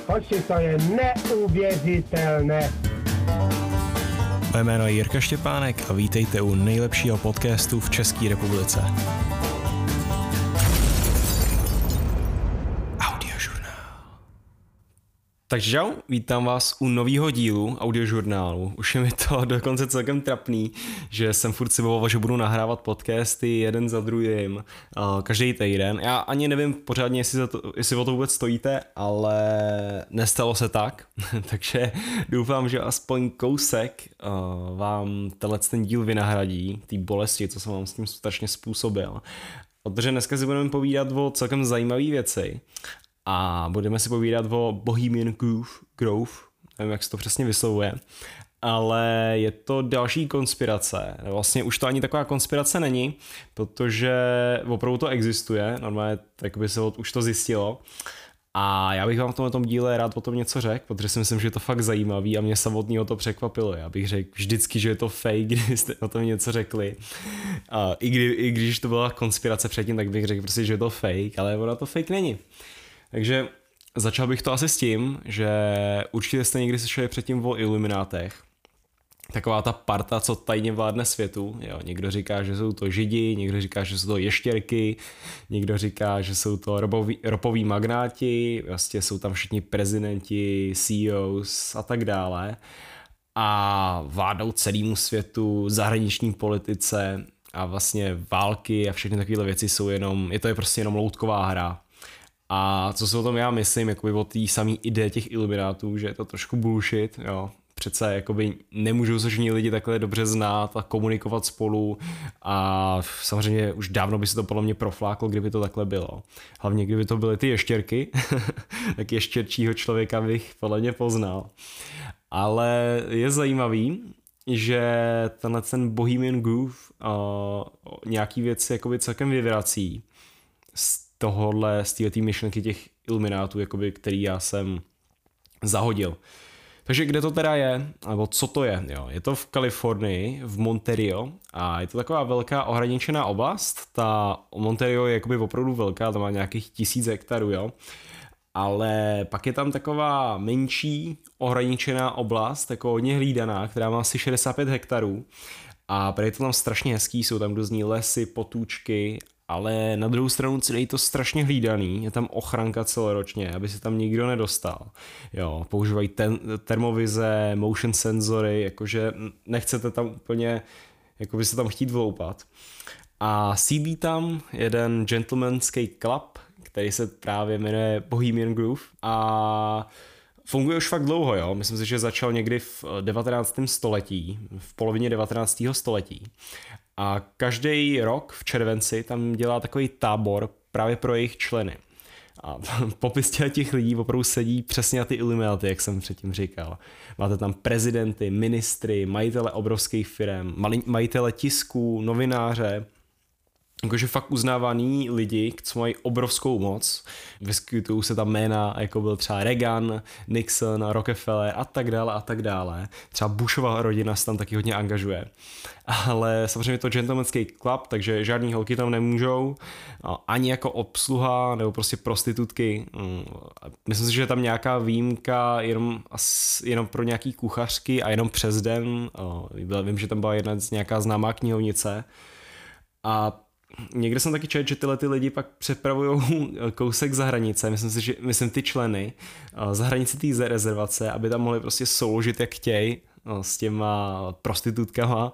Hoši, to je neuvěřitelné. Moje jméno je Jirka Štěpánek a vítejte u nejlepšího podcastu v České republice. Takže čau, vítám vás u nového dílu audiožurnálu. Už je mi to dokonce celkem trapný, že jsem furt sliboval, že budu nahrávat podcasty jeden za druhým každý týden. Já ani nevím pořádně, jestli o to vůbec stojíte, ale nestalo se tak. Takže doufám, že aspoň kousek vám ten díl vynahradí, té bolesti, co jsem vám s tím strašně způsobil. Protože dneska si budeme povídat o celkem zajímavé věci. A budeme si povídat o Bohemian Grove, nevím, jak se to přesně vyslovuje, ale je to další konspirace. Vlastně už to ani taková konspirace není, protože opravdu to existuje, normálně tak by se už to zjistilo. A já bych vám v tomto díle rád o tom něco řekl, protože si myslím, že je to fakt zajímavý a mě samotného to překvapilo. Já bych řekl vždycky, že je to fake, když jste o tom něco řekli. I když to byla konspirace předtím, tak bych řekl prostě, že je to fake, ale ona to fake není. Takže začal bych to asi s tím, že určitě jste někdy slyšeli předtím o iluminátech. Taková ta parta, co tajně vládne světu. Jo, někdo říká, že jsou to židi, někdo říká, že jsou to ještěrky, někdo říká, že jsou to ropoví magnáti, vlastně jsou tam všichni prezidenti, CEOs a tak dále. A vládnou celému světu, zahraniční politice a vlastně války a všechny takovéhle věci jsou je to prostě jenom loutková hra. A co si o tom já myslím, jakoby o té samé ideje těch iluminátů, že je to trošku bullshit, jo. Přece jakoby nemůžou se všichni lidi takhle dobře znát a komunikovat spolu a samozřejmě už dávno by se to podle mě profláklo, kdyby to takhle bylo. Hlavně kdyby to byly ty ještěrky, tak ještěrčího člověka bych podle mě poznal. Ale je zajímavý, že ten Bohemian Grove nějaký věci jakoby celkem vyvrací z této myšlenky těch iluminátů, jakoby, který já jsem zahodil. Takže kde to teda je, nebo co to je? Jo, je to v Kalifornii, v Monterey a je to taková velká ohraničená oblast. Ta Monterey je jakoby opravdu velká, to má nějakých 1000 hektarů, jo. Ale pak je tam taková menší ohraničená oblast, jako hodně hlídaná, která má asi 65 hektarů. A je to tam strašně hezký, jsou tam různý lesy, potůčky, ale na druhou stranu celý je to strašně hlídaný, je tam ochranka celoročně, aby se tam nikdo nedostal. Jo, používají termovize, motion senzory, jakože nechcete tam úplně, jako by se tam chtít vloupat. A sídlí tam jeden gentlemanský club, který se právě jmenuje Bohemian Grove a funguje už fakt dlouho, jo. Myslím si, že začal někdy v 19. století, v polovině 19. století. A každý rok v červenci tam dělá takový tábor právě pro jejich členy. A popis těch lidí opravdu sedí přesně na ty ilumináty, jak jsem předtím říkal. Máte tam prezidenty, ministry, majitele obrovských firem, majitele tisků, novináře, jakože fakt uznávaný lidi, co mají obrovskou moc. Vyskytují se tam jména, jako byl třeba Reagan, Nixon, Rockefeller a tak dále a tak dále. Třeba Bushova rodina se tam taky hodně angažuje. Ale samozřejmě je to gentlemanský club, takže žádný holky tam nemůžou, ani jako obsluha nebo prostě prostitutky. Myslím si, že je tam nějaká výjimka jenom pro nějaký kuchařky a jenom přes den. Vím, že tam byla nějaká známá knihovnice. A někde jsem taky četl, že tyhle ty lidi pak přepravují kousek za hranice, myslím ty členy, za hranici té rezervace, aby tam mohli prostě souložit jak chtějí s těma prostitutkama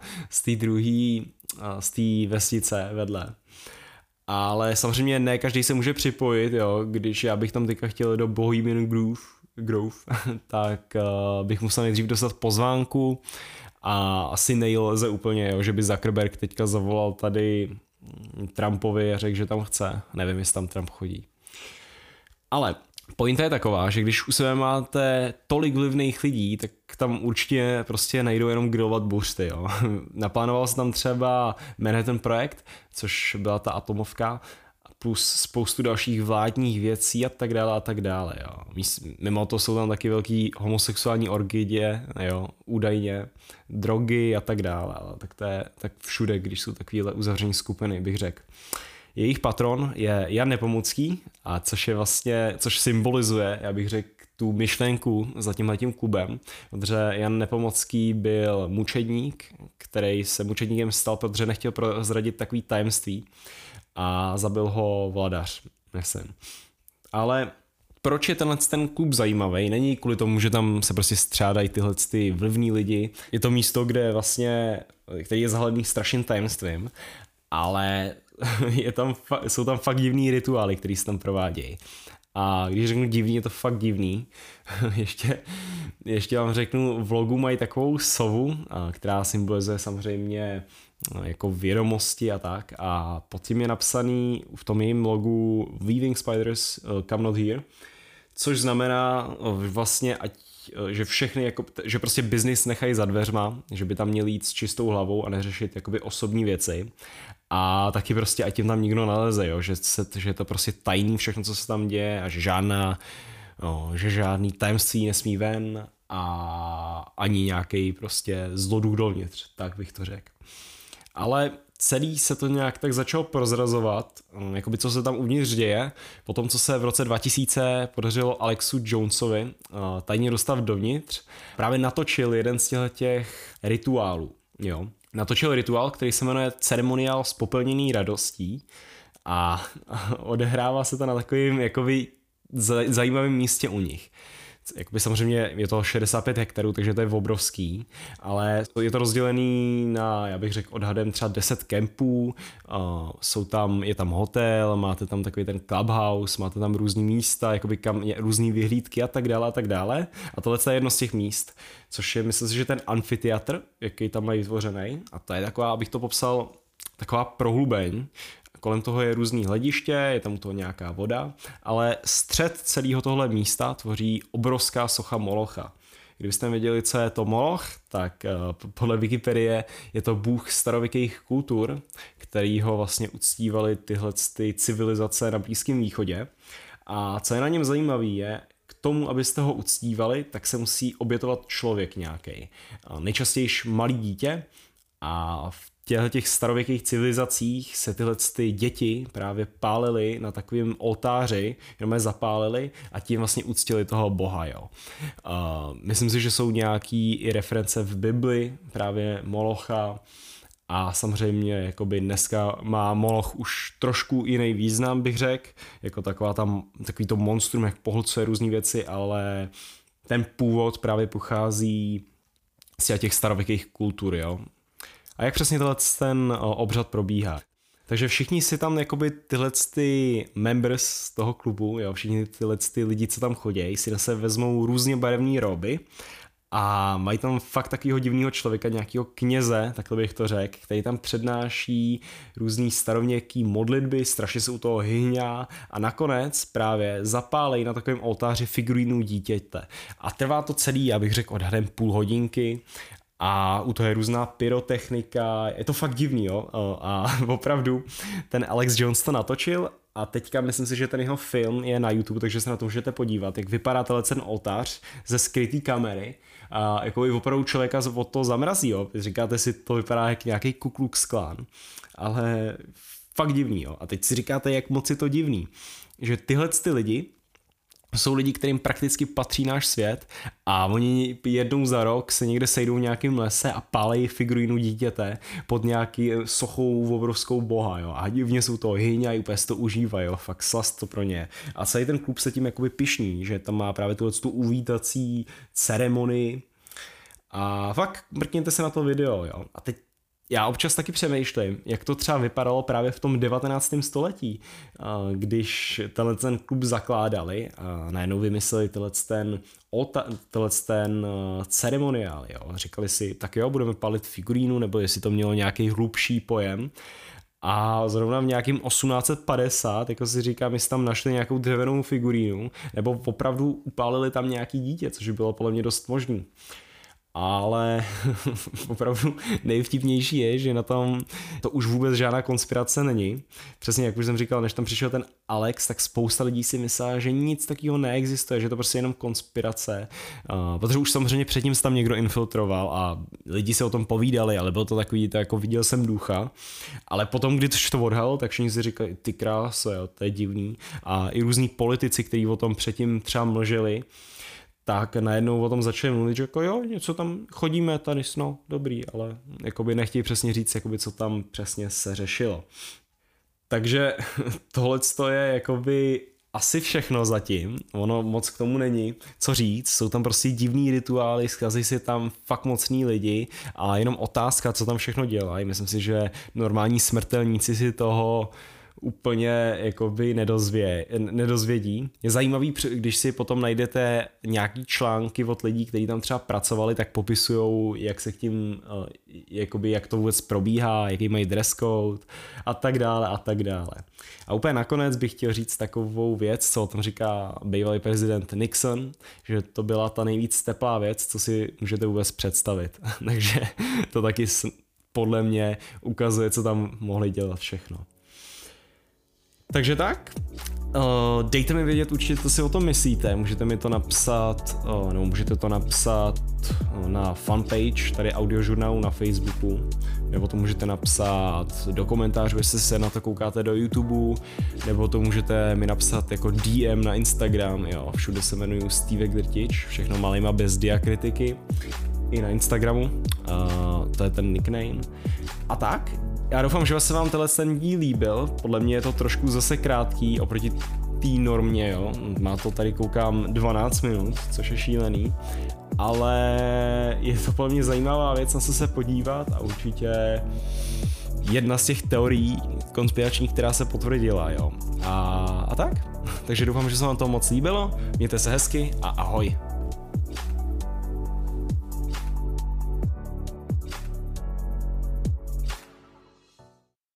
z té vesnice vedle. Ale samozřejmě ne každý se může připojit, jo, když já bych tam teďka chtěl do Bohemian Grove tak bych musel nejdřív dostat pozvánku a asi nejleze úplně, jo, že by Zuckerberg teďka zavolal tady Trumpovi a řekl, že tam chce. Nevím, jestli tam Trump chodí. Ale pointa je taková, že když u sebe máte tolik vlivných lidí, tak tam určitě prostě nejdou jenom grilovat buřty. Jo. Naplánoval se tam třeba Manhattan Projekt, což byla ta atomovka, plus spoustu dalších vládních věcí a tak dále a tak dále. Jo. Mimo to jsou tam taky velký homosexuální orgidie, jo, údajně, drogy a tak dále. Ale tak to je tak všude, když jsou takovéhle uzavření skupiny, bych řekl. Jejich patron je Jan Nepomucký, a což symbolizuje, já bych řekl, tu myšlenku za tímhletím klubem, protože Jan Nepomucký byl mučedník, který se mučedníkem stal, protože nechtěl prozradit takový tajemství a zabil ho vladař, myslím. Ale proč je ten klub zajímavý? Není kvůli tomu, že tam se prostě střádají tyhle ty vlivní lidi. Je to místo, který je zahalený strašným tajemstvím, ale jsou tam fakt divný rituály, které se tam provádějí. A když řeknu divný, je to fakt divný. ještě vám řeknu, v logu mají takovou sovu, která symbolizuje samozřejmě jako vědomosti a tak. A pod tím je napsaný v tom jejím logu Weaving Spiders Come Not Here, což znamená vlastně, že všechny, že prostě business nechají za dveřma, že by tam měli jít s čistou hlavou a neřešit jakoby osobní věci. A taky prostě, ať tím tam nikdo naleze, jo? Že je to prostě tajný všechno, co se tam děje a že žádný tajemství nesmí ven a ani nějaký prostě zloduch dovnitř, tak bych to řekl. Ale celý se to nějak tak začalo prozrazovat, jakoby co se tam uvnitř děje, po tom, co se v roce 2000 podařilo Alexu Jonesovi tajně dostat dovnitř, právě natočil jeden z těch rituálů, jo. Natočil rituál, který se jmenuje Ceremoniál spopelněný radostí a odehrává se to na takovým jakoby zajímavém místě u nich. Jakoby samozřejmě je to 65 hektarů, takže to je obrovský, ale je to rozdělený na, já bych řekl, odhadem třeba 10 kempů, je tam hotel, máte tam takový ten clubhouse, máte tam různý místa, jakoby různý vyhlídky a tak dále a tak dále. A tohle je jedno z těch míst, což je, myslím si, že ten amfiteatr, jaký tam mají vytvořený, a to je taková, abych to popsal, taková prohlubeň. Kolem toho je různý hlediště, je tam u toho nějaká voda, ale střed celého tohle místa tvoří obrovská socha Molocha. Kdybyste věděli, co je to Moloch, tak podle Wikipedie je to bůh starověkých kultur, který ho vlastně uctívali tyhle civilizace na Blízkém východě. A co je na něm zajímavé je, k tomu, abyste ho uctívali, tak se musí obětovat člověk nějaký. Nejčastěji malý dítě, a v těch starověkých civilizacích se tyhle děti právě pálily na takovém oltáři, jenom je zapálili a tím vlastně uctili toho boha. Jo. Myslím si, že jsou nějaký i reference v Bibli, právě Molocha, a samozřejmě jakoby dneska má Moloch už trošku jiný význam, bych řekl, jako takový to monstrum, jak pohlcuje různý věci, ale ten původ právě pochází z těch starověkých kultur, jo. A jak přesně ten obřad probíhá. Takže všichni si tam jakoby tyhle members toho klubu, jo, všichni tyhle lidi, co tam chodí, si na sebe vezmou různě barevné roby a mají tam fakt takového divného člověka, nějakého kněze, takhle bych to řekl, který tam přednáší různý starověký modlitby, strašně se u toho hyhňá a nakonec právě zapálej na takovém oltáři figurínu dítěte. A trvá to celý, já bych řekl, odhadem půl hodinky. A u toho je různá pyrotechnika, je to fakt divný, jo, a opravdu ten Alex Jones to natočil a teďka myslím si, že ten jeho film je na YouTube, takže se na to můžete podívat, jak vypadá ten oltář ze skrytý kamery a jako i opravdu člověka od toho zamrazí, jo, říkáte si, to vypadá jak nějaký Ku Klux Klan, ale fakt divný, jo, a teď si říkáte, jak moc je to divný, že tyhle lidi jsou lidi, kterým prakticky patří náš svět a oni jednou za rok se někde sejdou v nějakém lese a pálejí figurínu dítěte pod nějaký sochou obrovskou boha, jo. A divně jsou to hyně a úplně si to užívají, jo. Fakt slast to pro ně. A celý ten klub se tím jakoby pyšní, že tam má právě tu uvítací ceremonii a fakt mrkněte se na to video, jo. A teď já občas taky přemýšlím, jak to třeba vypadalo právě v tom 19. století, když ten klub zakládali a najednou vymysleli ten ceremoniál. Jo. Říkali si, tak jo, budeme palit figurínu, nebo jestli to mělo nějaký hlubší pojem. A zrovna v nějakým 1850, jako si říkám, jestli tam našli nějakou dřevěnou figurínu, nebo opravdu upálili tam nějaký dítě, což by bylo podle mě dost možný. ale opravdu nejvtipnější je, že na tom to už vůbec žádná konspirace není. Přesně jak už jsem říkal, než tam přišel ten Alex, tak spousta lidí si myslela, že nic takového neexistuje, že to prostě jenom konspirace. Protože už samozřejmě předtím se tam někdo infiltroval a lidi se o tom povídali, ale bylo to takový, to jako viděl jsem ducha. Ale potom, když to odhalil, tak všichni si říkali, ty kráso, jo, to je divný. A i různí politici, kteří o tom předtím třeba mlžili, tak najednou o tom začali mluvit, že jako jo, něco tam chodíme tady, no dobrý, ale jakoby nechtějí přesně říct, jakoby co tam přesně se řešilo. Takže tohleto je jakoby asi všechno zatím, ono moc k tomu není co říct, jsou tam prostě divný rituály, schází si tam fakt mocní lidi a jenom otázka, co tam všechno dělají. Myslím si, že normální smrtelníci si toho úplně jakoby nedozvědí. Je zajímavý, když si potom najdete nějaký články od lidí, kteří tam třeba pracovali, tak popisujou, jak se k tím, jakoby, jak to vůbec probíhá, jaký mají dress code a tak dále a tak dále. A úplně nakonec bych chtěl říct takovou věc, co o tom říká bývalý prezident Nixon, že to byla ta nejvíc teplá věc, co si můžete vůbec představit. Takže to taky podle mě ukazuje, co tam mohli dělat všechno. Takže tak, dejte mi vědět určitě, co si o tom myslíte, můžete mi to napsat, nebo můžete to napsat na fanpage tady Audiožurnálu na Facebooku, nebo to můžete napsat do komentářů, jestli se na to koukáte do YouTube, nebo to můžete mi napsat jako DM na Instagram, jo, všude se jmenuji Stevek Drtič, všechno malýma bez diakritiky, i na Instagramu, to je ten nickname. A tak, já doufám, že se vám ten díl líbil, podle mě je to trošku zase krátký oproti té normě, jo, má to tady koukám 12 minut, což je šílený, ale je to podle mě zajímavá věc na co se podívat a určitě jedna z těch teorií konspiračních, která se potvrdila, jo, a tak, takže doufám, že se vám to moc líbilo, mějte se hezky a ahoj.